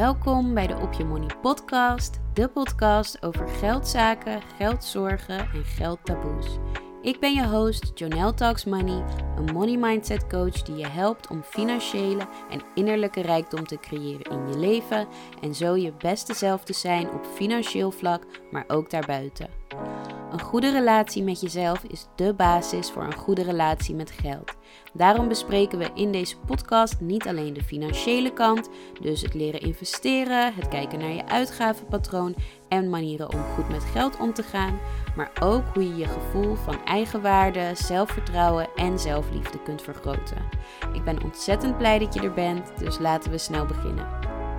Welkom bij de Op Je Money podcast, de podcast over geldzaken, geldzorgen en geldtaboes. Ik ben je host Jonelle Talks Money, een money mindset coach die je helpt om financiële en innerlijke rijkdom te creëren in je leven en zo je beste zelf te zijn op financieel vlak, maar ook daarbuiten. Een goede relatie met jezelf is dé basis voor een goede relatie met geld. Daarom bespreken we in deze podcast niet alleen de financiële kant, dus het leren investeren, het kijken naar je uitgavenpatroon en manieren om goed met geld om te gaan, maar ook hoe je je gevoel van eigenwaarde, zelfvertrouwen en zelfliefde kunt vergroten. Ik ben ontzettend blij dat je er bent, dus laten we snel beginnen.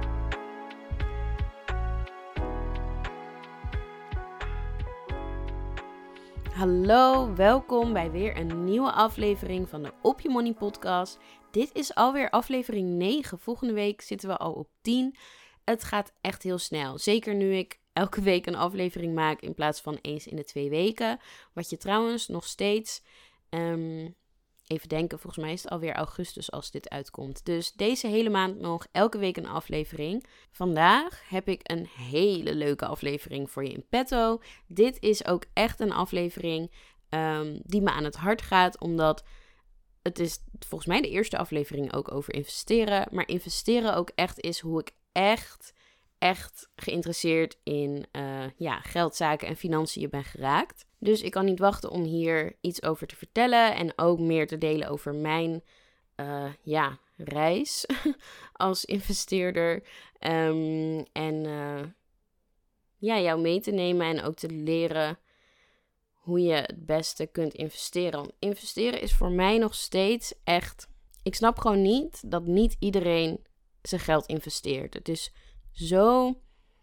Hallo, welkom bij weer een nieuwe aflevering van de Op Je Money podcast. Dit is alweer aflevering 9. Volgende week zitten we al op 10. Het gaat echt heel snel. Zeker nu ik elke week een aflevering maak in plaats van eens in de 2 weken. Wat je trouwens nog steeds... Even denken, volgens mij is het alweer augustus als dit uitkomt. Dus deze hele maand nog elke week een aflevering. Vandaag heb ik een hele leuke aflevering voor je in petto. Dit is ook echt een aflevering die me aan het hart gaat. Omdat het is volgens mij de eerste aflevering ook over investeren. Maar investeren ook echt is hoe ik echt geïnteresseerd in geldzaken en financiën ben geraakt. Dus ik kan niet wachten om hier iets over te vertellen en ook meer te delen over mijn reis als investeerder. Jou mee te nemen en ook te leren hoe je het beste kunt investeren. Want investeren is voor mij nog steeds echt... Ik snap gewoon niet dat niet iedereen zijn geld investeert. Het is zo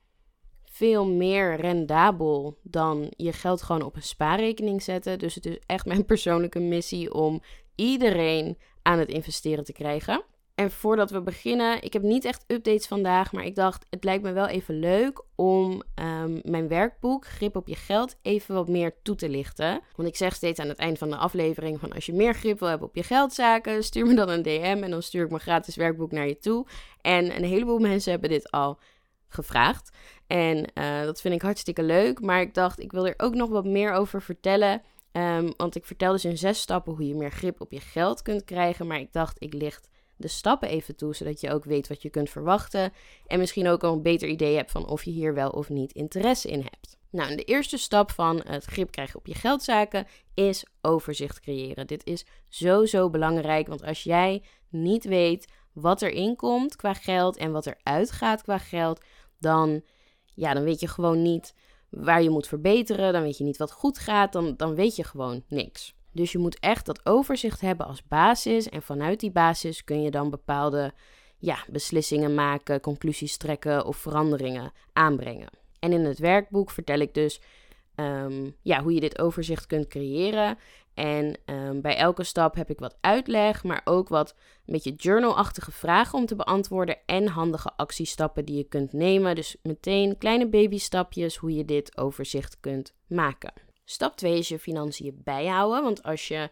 veel meer rendabel dan je geld gewoon op een spaarrekening zetten. Dus het is echt mijn persoonlijke missie om iedereen aan het investeren te krijgen. En voordat we beginnen, ik heb niet echt updates vandaag, maar ik dacht het lijkt me wel even leuk om mijn werkboek Grip op je geld even wat meer toe te lichten. Want ik zeg steeds aan het eind van de aflevering van als je meer grip wil hebben op je geldzaken, stuur me dan een DM en dan stuur ik mijn gratis werkboek naar je toe. En een heleboel mensen hebben dit al gevraagd. En dat vind ik hartstikke leuk. Maar ik dacht, ik wil er ook nog wat meer over vertellen. Want ik vertel dus in 6 stappen hoe je meer grip op je geld kunt krijgen. Maar ik dacht, ik licht de stappen even toe, zodat je ook weet wat je kunt verwachten. En misschien ook al een beter idee hebt van of je hier wel of niet interesse in hebt. Nou, en de eerste stap van het grip krijgen op je geldzaken is overzicht creëren. Dit is zo belangrijk, want als jij niet weet wat er inkomt qua geld en wat er uitgaat qua geld, dan weet je gewoon niet waar je moet verbeteren. Dan weet je niet wat goed gaat. Dan weet je gewoon niks. Dus je moet echt dat overzicht hebben als basis. En vanuit die basis kun je dan bepaalde beslissingen maken, conclusies trekken of veranderingen aanbrengen. En in het werkboek vertel ik dus hoe je dit overzicht kunt creëren. En bij elke stap heb ik wat uitleg, maar ook wat een beetje journal-achtige vragen om te beantwoorden en handige actiestappen die je kunt nemen. Dus meteen kleine babystapjes hoe je dit overzicht kunt maken. Stap 2 is je financiën bijhouden, want als je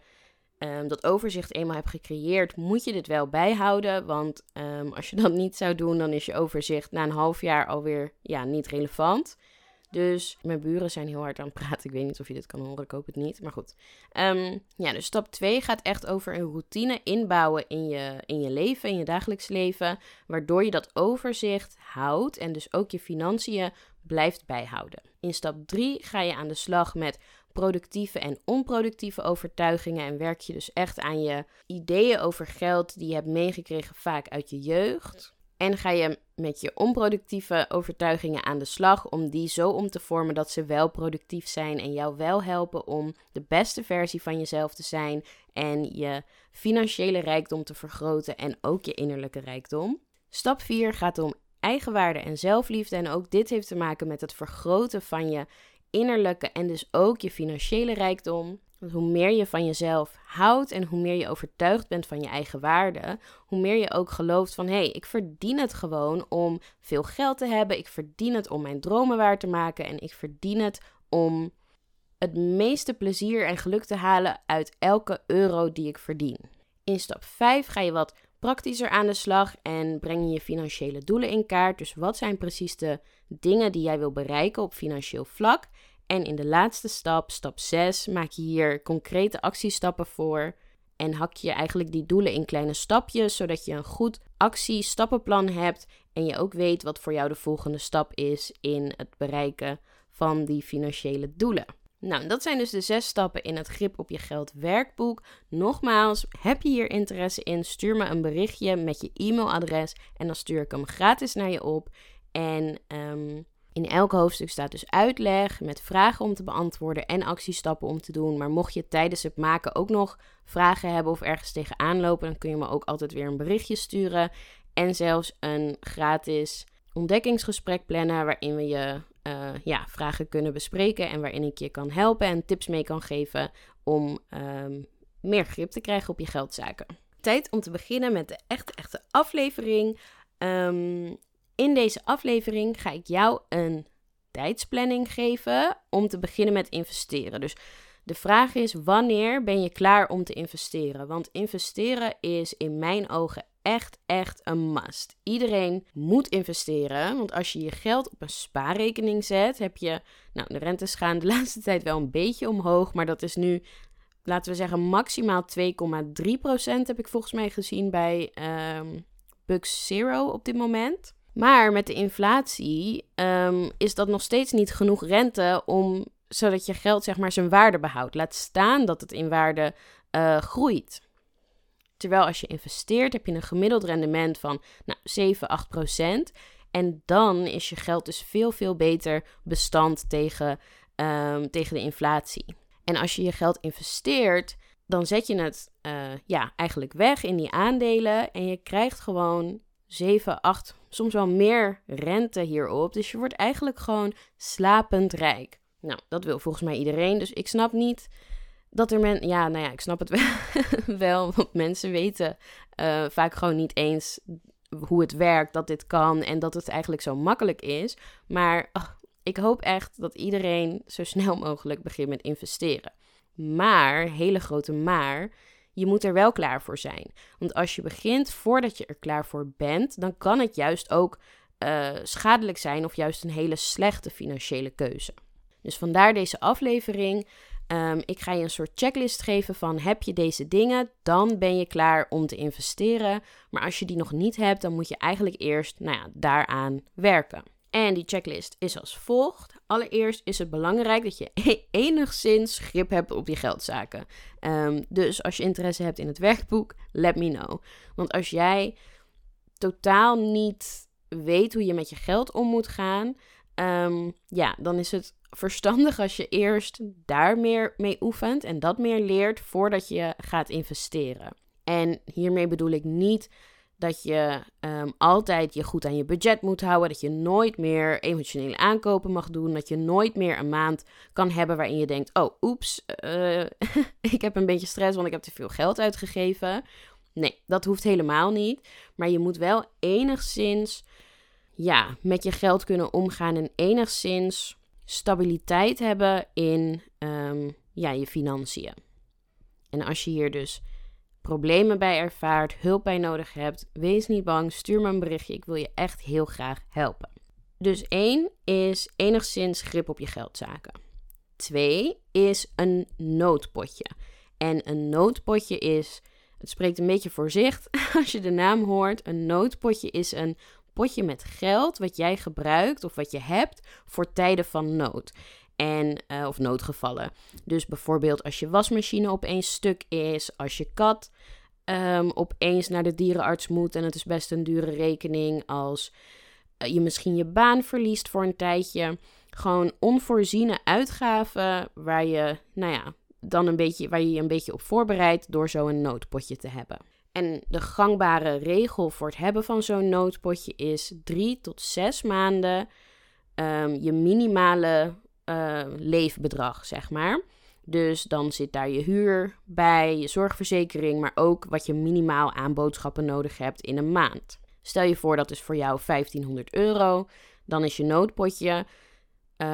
dat overzicht eenmaal hebt gecreëerd, moet je dit wel bijhouden. Want als je dat niet zou doen, dan is je overzicht na een half jaar alweer niet relevant. Dus mijn buren zijn heel hard aan het praten. Ik weet niet of je dit kan horen, ik hoop het niet. Maar goed. Dus stap 2 gaat echt over een routine inbouwen in je leven, in je dagelijks leven. Waardoor je dat overzicht houdt en dus ook je financiën blijft bijhouden. In stap 3 ga je aan de slag met productieve en onproductieve overtuigingen. En werk je dus echt aan je ideeën over geld die je hebt meegekregen vaak uit je jeugd. En ga je met je onproductieve overtuigingen aan de slag om die zo om te vormen dat ze wel productief zijn en jou wel helpen om de beste versie van jezelf te zijn en je financiële rijkdom te vergroten en ook je innerlijke rijkdom. Stap 4 gaat om eigenwaarde en zelfliefde en ook dit heeft te maken met het vergroten van je innerlijke en dus ook je financiële rijkdom. Want hoe meer je van jezelf houdt en hoe meer je overtuigd bent van je eigen waarde, hoe meer je ook gelooft van ik verdien het gewoon om veel geld te hebben. Ik verdien het om mijn dromen waar te maken en ik verdien het om het meeste plezier en geluk te halen uit elke euro die ik verdien. In stap 5 ga je wat praktischer aan de slag en breng je je financiële doelen in kaart. Dus wat zijn precies de dingen die jij wil bereiken op financieel vlak? En in de laatste stap, stap 6, maak je hier concrete actiestappen voor. En hak je eigenlijk die doelen in kleine stapjes, zodat je een goed actiestappenplan hebt. En je ook weet wat voor jou de volgende stap is in het bereiken van die financiële doelen. Nou, dat zijn dus de 6 stappen in het Grip op je Geld werkboek. Nogmaals, heb je hier interesse in? Stuur me een berichtje met je e-mailadres en dan stuur ik hem gratis naar je op. En in elk hoofdstuk staat dus uitleg met vragen om te beantwoorden en actiestappen om te doen. Maar mocht je tijdens het maken ook nog vragen hebben of ergens tegenaan lopen, dan kun je me ook altijd weer een berichtje sturen. En zelfs een gratis ontdekkingsgesprek plannen waarin we je vragen kunnen bespreken en waarin ik je kan helpen en tips mee kan geven om meer grip te krijgen op je geldzaken. Tijd om te beginnen met de echte aflevering. In deze aflevering ga ik jou een tijdsplanning geven om te beginnen met investeren. Dus de vraag is, wanneer ben je klaar om te investeren? Want investeren is in mijn ogen echt een must. Iedereen moet investeren, want als je je geld op een spaarrekening zet, heb je, de rentes gaan de laatste tijd wel een beetje omhoog, maar dat is nu, laten we zeggen, maximaal 2,3% heb ik volgens mij gezien bij Bucks Zero op dit moment. Maar met de inflatie is dat nog steeds niet genoeg rente zodat je geld zeg maar zijn waarde behoudt. Laat staan dat het in waarde groeit. Terwijl als je investeert heb je een gemiddeld rendement van 7-8%. En dan is je geld dus veel beter bestand tegen de inflatie. En als je je geld investeert, dan zet je het eigenlijk weg in die aandelen. En je krijgt gewoon 7, 8, soms wel meer rente hierop. Dus je wordt eigenlijk gewoon slapend rijk. Nou, dat wil volgens mij iedereen. Dus ik snap niet dat er ik snap het wel, want mensen weten vaak gewoon niet eens hoe het werkt, dat dit kan en dat het eigenlijk zo makkelijk is. Maar ik hoop echt dat iedereen zo snel mogelijk begint met investeren. Maar, hele grote maar, je moet er wel klaar voor zijn. Want als je begint voordat je er klaar voor bent, dan kan het juist ook schadelijk zijn of juist een hele slechte financiële keuze. Dus vandaar deze aflevering. Ik ga je een soort checklist geven van heb je deze dingen, dan ben je klaar om te investeren. Maar als je die nog niet hebt, dan moet je eigenlijk eerst daaraan werken. En die checklist is als volgt. Allereerst is het belangrijk dat je enigszins grip hebt op je geldzaken. Dus als je interesse hebt in het werkboek, let me know. Want als jij totaal niet weet hoe je met je geld om moet gaan, dan is het verstandig als je eerst daar meer mee oefent en dat meer leert voordat je gaat investeren. En hiermee bedoel ik niet dat je altijd je goed aan je budget moet houden, dat je nooit meer emotionele aankopen mag doen, dat je nooit meer een maand kan hebben waarin je denkt, ik heb een beetje stress, want ik heb te veel geld uitgegeven. Nee, dat hoeft helemaal niet. Maar je moet wel enigszins met je geld kunnen omgaan en enigszins stabiliteit hebben in je financiën. En als je hier dus problemen bij ervaart, hulp bij nodig hebt, wees niet bang, stuur me een berichtje. Ik wil je echt heel graag helpen. Dus 1 is enigszins grip op je geldzaken. 2 is een noodpotje. En een noodpotje is, het spreekt een beetje voor zich als je de naam hoort. Een noodpotje is een potje met geld wat jij gebruikt of wat je hebt voor tijden van nood. Of noodgevallen. Dus bijvoorbeeld als je wasmachine opeens stuk is, als je kat opeens naar de dierenarts moet en het is best een dure rekening, als je misschien je baan verliest voor een tijdje. Gewoon onvoorziene uitgaven waar je je een beetje op voorbereidt door zo'n noodpotje te hebben. En de gangbare regel voor het hebben van zo'n noodpotje is 3 tot 6 maanden je minimale leefbedrag, zeg maar. Dus dan zit daar je huur bij, je zorgverzekering, maar ook wat je minimaal aan boodschappen nodig hebt in een maand. Stel je voor dat is voor jou €1500, dan is je noodpotje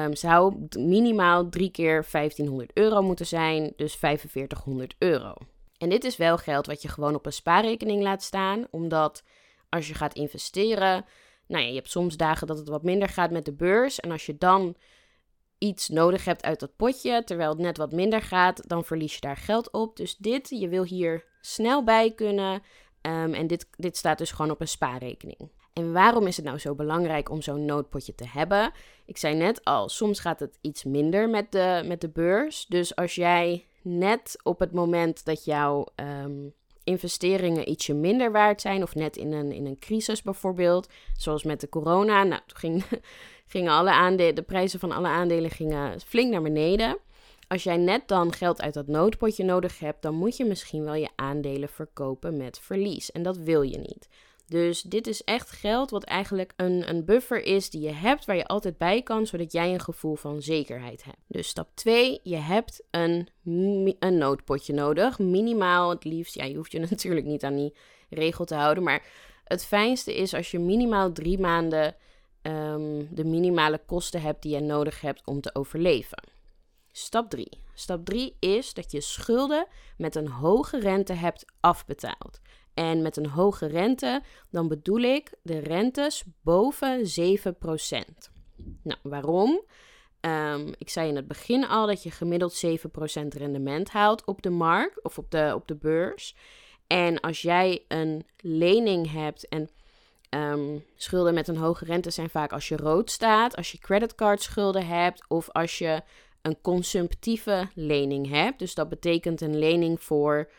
zou minimaal 3 keer €1500 moeten zijn, dus €4500. En dit is wel geld wat je gewoon op een spaarrekening laat staan, omdat als je gaat investeren, je hebt soms dagen dat het wat minder gaat met de beurs. En als je dan iets nodig hebt uit dat potje, terwijl het net wat minder gaat, dan verlies je daar geld op. Dus je wil hier snel bij kunnen. En dit staat dus gewoon op een spaarrekening. En waarom is het nou zo belangrijk om zo'n noodpotje te hebben? Ik zei net al, soms gaat het iets minder met de beurs. Dus als jij net op het moment dat jouw investeringen ietsje minder waard zijn, of net in een crisis bijvoorbeeld, zoals met de corona, toen gingen de prijzen van alle aandelen gingen flink naar beneden. Als jij net dan geld uit dat noodpotje nodig hebt, dan moet je misschien wel je aandelen verkopen met verlies. En dat wil je niet. Dus dit is echt geld wat eigenlijk een buffer is die je hebt, waar je altijd bij kan, zodat jij een gevoel van zekerheid hebt. Dus stap 2, je hebt een noodpotje nodig. Minimaal het liefst, je hoeft je natuurlijk niet aan die regel te houden, maar het fijnste is als je minimaal 3 maanden de minimale kosten hebt die je nodig hebt om te overleven. Stap 3. Stap 3 is dat je schulden met een hoge rente hebt afbetaald. En met een hoge rente, dan bedoel ik de rentes boven 7%. Nou, waarom? Ik zei in het begin al dat je gemiddeld 7% rendement haalt op de markt of op de beurs. En als jij een lening hebt en schulden met een hoge rente zijn vaak als je rood staat, als je creditcardschulden hebt of als je een consumptieve lening hebt. Dus dat betekent een lening voor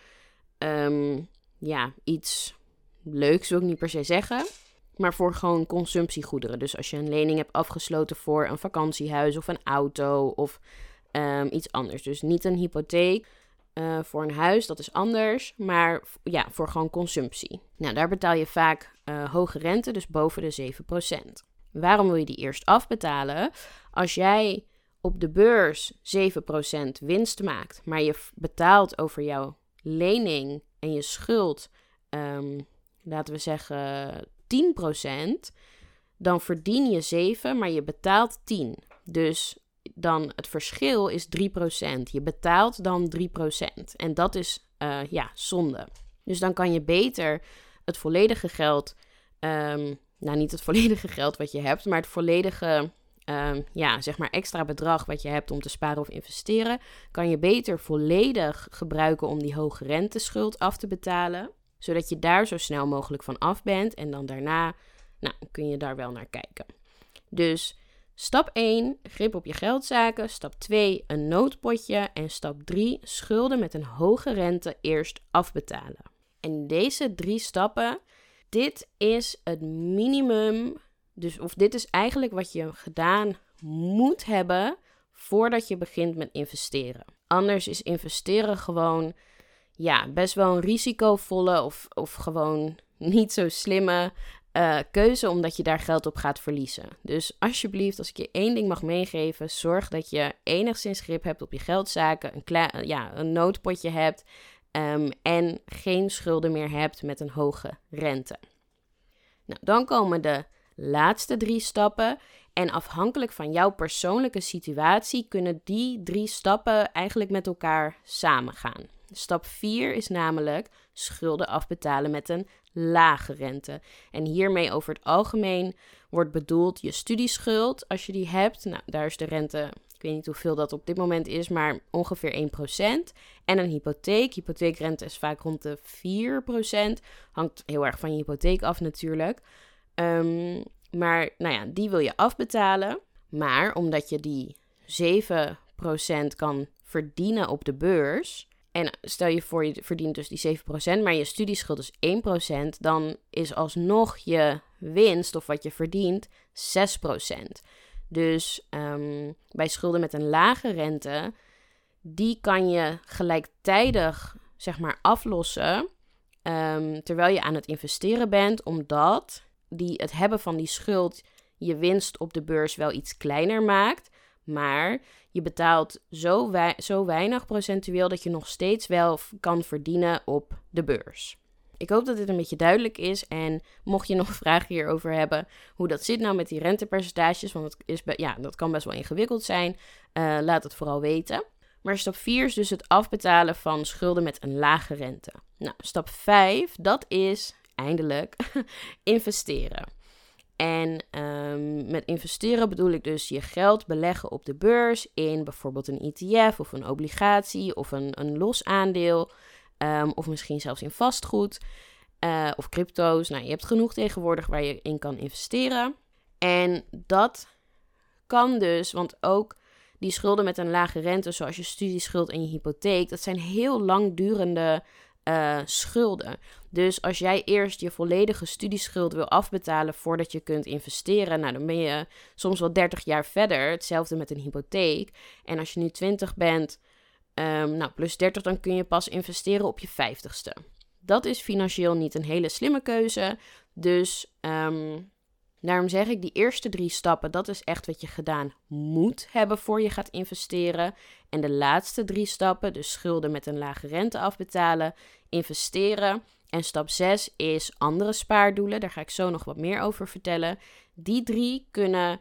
iets leuks, wil ik niet per se zeggen, maar voor gewoon consumptiegoederen. Dus als je een lening hebt afgesloten voor een vakantiehuis of een auto of iets anders. Dus niet een hypotheek voor een huis, dat is anders, maar voor gewoon consumptie. Nou, daar betaal je vaak hoge rente, dus boven de 7%. Waarom wil je die eerst afbetalen? Als jij op de beurs 7% winst maakt, maar je betaalt over jouw lening en je schuld, laten we zeggen 10%, dan verdien je 7, maar je betaalt 10. Dus dan het verschil is 3%. Je betaalt dan 3%. En dat is zonde. Dus dan kan je beter het volledige geld, niet het volledige geld wat je hebt, maar het volledige extra bedrag wat je hebt om te sparen of investeren, kan je beter volledig gebruiken om die hoge renteschuld af te betalen, zodat je daar zo snel mogelijk van af bent en dan daarna kun je daar wel naar kijken. Dus stap 1, grip op je geldzaken. Stap 2, een noodpotje. En stap 3, schulden met een hoge rente eerst afbetalen. En deze 3 stappen, dit is het minimum. Of dit is eigenlijk wat je gedaan moet hebben voordat je begint met investeren. Anders is investeren gewoon best wel een risicovolle of gewoon niet zo slimme keuze, omdat je daar geld op gaat verliezen. Dus alsjeblieft, als ik je 1 ding mag meegeven, zorg dat je enigszins grip hebt op je geldzaken, een noodpotje hebt en geen schulden meer hebt met een hoge rente. Nou, dan komen de laatste 3 stappen en afhankelijk van jouw persoonlijke situatie kunnen die 3 stappen eigenlijk met elkaar samengaan. Stap 4 is namelijk schulden afbetalen met een lage rente. En hiermee over het algemeen wordt bedoeld je studieschuld, als je die hebt. Nou, daar is de rente, ik weet niet hoeveel dat op dit moment is, maar ongeveer 1%. En een hypotheek. Hypotheekrente is vaak rond de 4%. Hangt heel erg van je hypotheek af natuurlijk. Maar die wil je afbetalen. Maar omdat je die 7% kan verdienen op de beurs, en stel je voor je verdient dus die 7%, maar je studieschuld is 1%, dan is alsnog je winst of wat je verdient 6%. Dus bij schulden met een lage rente, die kan je gelijktijdig aflossen terwijl je aan het investeren bent, omdat het hebben van die schuld je winst op de beurs wel iets kleiner maakt, maar je betaalt zo weinig procentueel dat je nog steeds wel kan verdienen op de beurs. Ik hoop dat dit een beetje duidelijk is en mocht je nog vragen hierover hebben, hoe dat zit nou met die rentepercentages, want dat kan best wel ingewikkeld zijn, laat het vooral weten. Maar stap 4 is dus het afbetalen van schulden met een lage rente. Nou, stap 5, dat is eindelijk investeren. En met investeren bedoel ik dus je geld beleggen op de beurs in bijvoorbeeld een ETF of een obligatie of een los aandeel. Of misschien zelfs in vastgoed of crypto's. Nou, je hebt genoeg tegenwoordig waar je in kan investeren. En dat kan dus, want ook die schulden met een lage rente, zoals je studieschuld en je hypotheek, dat zijn heel langdurende schulden. Dus als jij eerst je volledige studieschuld wil afbetalen voordat je kunt investeren, nou dan ben je soms wel 30 jaar verder. Hetzelfde met een hypotheek. En als je nu 20 bent, plus 30, dan kun je pas investeren op je 50ste. Dat is financieel niet een hele slimme keuze. Dus daarom zeg ik, die eerste 3 stappen, dat is echt wat je gedaan moet hebben voor je gaat investeren. En de laatste 3 stappen, dus schulden met een lage rente afbetalen, investeren. En stap 6 is andere spaardoelen. Daar ga ik zo nog wat meer over vertellen. Die 3 kunnen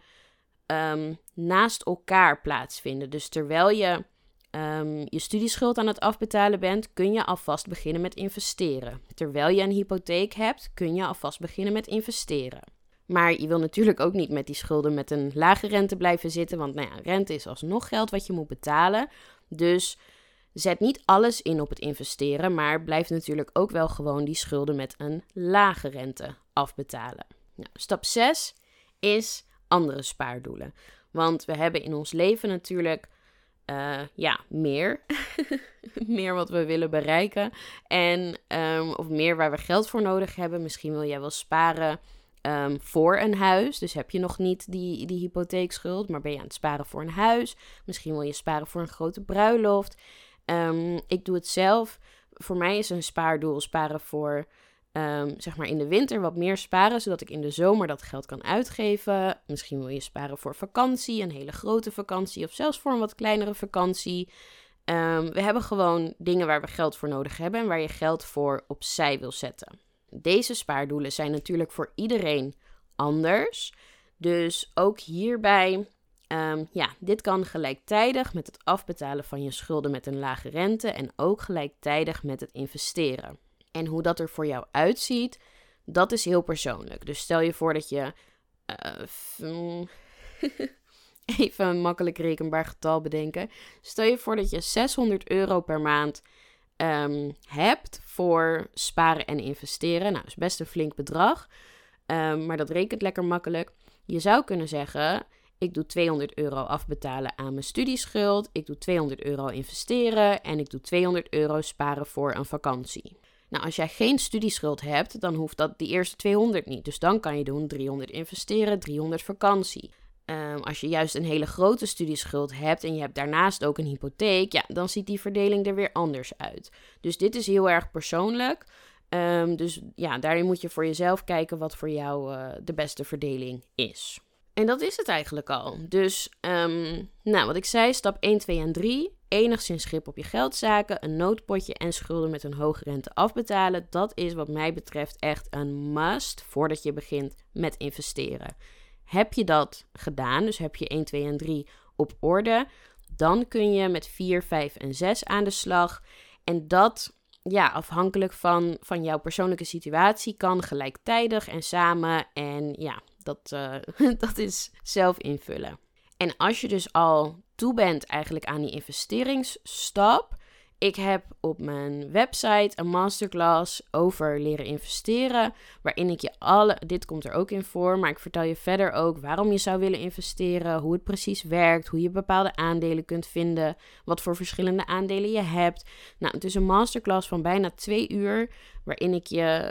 naast elkaar plaatsvinden. Dus terwijl je je studieschuld aan het afbetalen bent, kun je alvast beginnen met investeren. Terwijl je een hypotheek hebt, kun je alvast beginnen met investeren. Maar je wil natuurlijk ook niet met die schulden met een lage rente blijven zitten. Want rente is alsnog geld wat je moet betalen. Dus zet niet alles in op het investeren. Maar blijf natuurlijk ook wel gewoon die schulden met een lage rente afbetalen. Nou, stap 6 is andere spaardoelen. Want we hebben in ons leven natuurlijk meer. Meer wat we willen bereiken. En of meer waar we geld voor nodig hebben. Misschien wil jij wel sparen voor een huis. Dus heb je nog niet die hypotheekschuld, maar ben je aan het sparen voor een huis. Misschien wil je sparen voor een grote bruiloft. Ik doe het zelf. Voor mij is een spaardoel sparen voor, in de winter wat meer sparen, zodat ik in de zomer dat geld kan uitgeven. Misschien wil je sparen voor vakantie, een hele grote vakantie, of zelfs voor een wat kleinere vakantie. We hebben gewoon dingen waar we geld voor nodig hebben en waar je geld voor opzij wil zetten. Deze spaardoelen zijn natuurlijk voor iedereen anders. Dus ook hierbij, dit kan gelijktijdig met het afbetalen van je schulden met een lage rente en ook gelijktijdig met het investeren. En hoe dat er voor jou uitziet, dat is heel persoonlijk. Dus stel je voor dat je, even een makkelijk rekenbaar getal bedenken. Stel je voor dat je €600 per maand hebt voor sparen en investeren. Nou, dat is best een flink bedrag, maar dat rekent lekker makkelijk. Je zou kunnen zeggen, ik doe €200 afbetalen aan mijn studieschuld, ik doe €200 investeren en ik doe €200 sparen voor een vakantie. Nou, als jij geen studieschuld hebt, dan hoeft dat die eerste 200 niet. Dus dan kan je doen 300 investeren, 300 vakantie. Als je juist een hele grote studieschuld hebt en je hebt daarnaast ook een hypotheek, dan ziet die verdeling er weer anders uit. Dus dit is heel erg persoonlijk. Daarin moet je voor jezelf kijken wat voor jou de beste verdeling is. En dat is het eigenlijk al. Dus, wat ik zei, stap 1, 2 en 3. Enigszins grip op je geldzaken, een noodpotje en schulden met een hoge rente afbetalen. Dat is wat mij betreft echt een must voordat je begint met investeren. Heb je dat gedaan, dus heb je 1, 2 en 3 op orde, dan kun je met 4, 5 en 6 aan de slag. En dat, afhankelijk van jouw persoonlijke situatie, kan gelijktijdig en samen. En dat is zelf invullen. En als je dus al toe bent eigenlijk aan die investeringsstap. Ik heb op mijn website een masterclass over leren investeren, waarin ik je dit komt er ook in voor, maar ik vertel je verder ook waarom je zou willen investeren, hoe het precies werkt, hoe je bepaalde aandelen kunt vinden, wat voor verschillende aandelen je hebt. Nou, het is een masterclass van bijna 2 uur, waarin ik je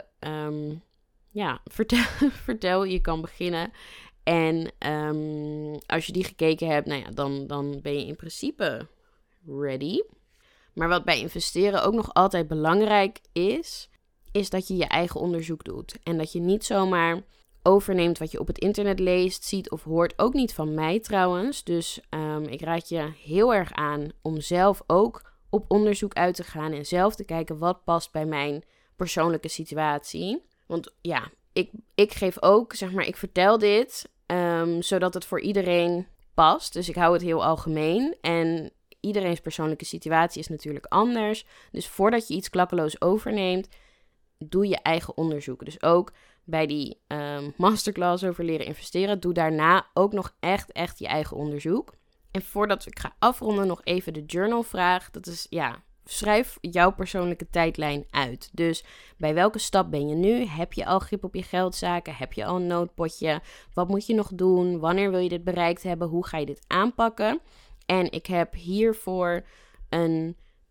vertel, je kan beginnen. En als je die gekeken hebt, dan ben je in principe ready. Maar wat bij investeren ook nog altijd belangrijk is dat je je eigen onderzoek doet. En dat je niet zomaar overneemt wat je op het internet leest, ziet of hoort. Ook niet van mij trouwens. Dus ik raad je heel erg aan om zelf ook op onderzoek uit te gaan en zelf te kijken wat past bij mijn persoonlijke situatie. Want ik geef ook, ik vertel dit zodat het voor iedereen past. Dus ik hou het heel algemeen. En iedereen's persoonlijke situatie is natuurlijk anders. Dus voordat je iets klakkeloos overneemt, doe je eigen onderzoek. Dus ook bij die masterclass over leren investeren, doe daarna ook nog echt je eigen onderzoek. En voordat ik ga afronden, nog even de journalvraag. Dat is, schrijf jouw persoonlijke tijdlijn uit. Dus bij welke stap ben je nu? Heb je al grip op je geldzaken? Heb je al een noodpotje? Wat moet je nog doen? Wanneer wil je dit bereikt hebben? Hoe ga je dit aanpakken? En ik heb hiervoor een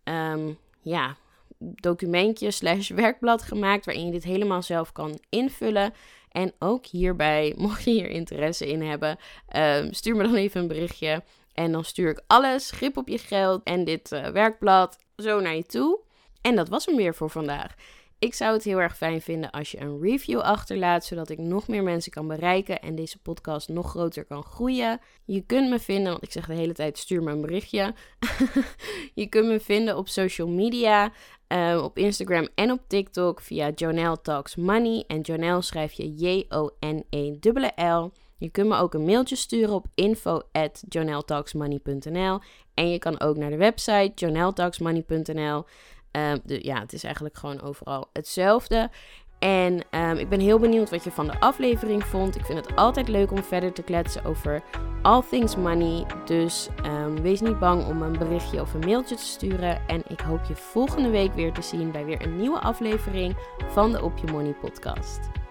documentje / werkblad gemaakt waarin je dit helemaal zelf kan invullen. En ook hierbij, mocht je hier interesse in hebben, stuur me dan even een berichtje. En dan stuur ik alles, grip op je geld en dit werkblad zo naar je toe. En dat was hem weer voor vandaag. Ik zou het heel erg fijn vinden als je een review achterlaat, zodat ik nog meer mensen kan bereiken en deze podcast nog groter kan groeien. Je kunt me vinden, want ik zeg de hele tijd stuur me een berichtje. Je kunt me vinden op social media, op Instagram en op TikTok via Jonelle Talks Money. En Jonelle schrijf je Jonell. Je kunt me ook een mailtje sturen op info@jonelletalksmoney.nl. En je kan ook naar de website jonelletalksmoney.nl. Het is eigenlijk gewoon overal hetzelfde. En ik ben heel benieuwd wat je van de aflevering vond. Ik vind het altijd leuk om verder te kletsen over all things money. Dus wees niet bang om een berichtje of een mailtje te sturen. En ik hoop je volgende week weer te zien bij weer een nieuwe aflevering van de Op Je Money podcast.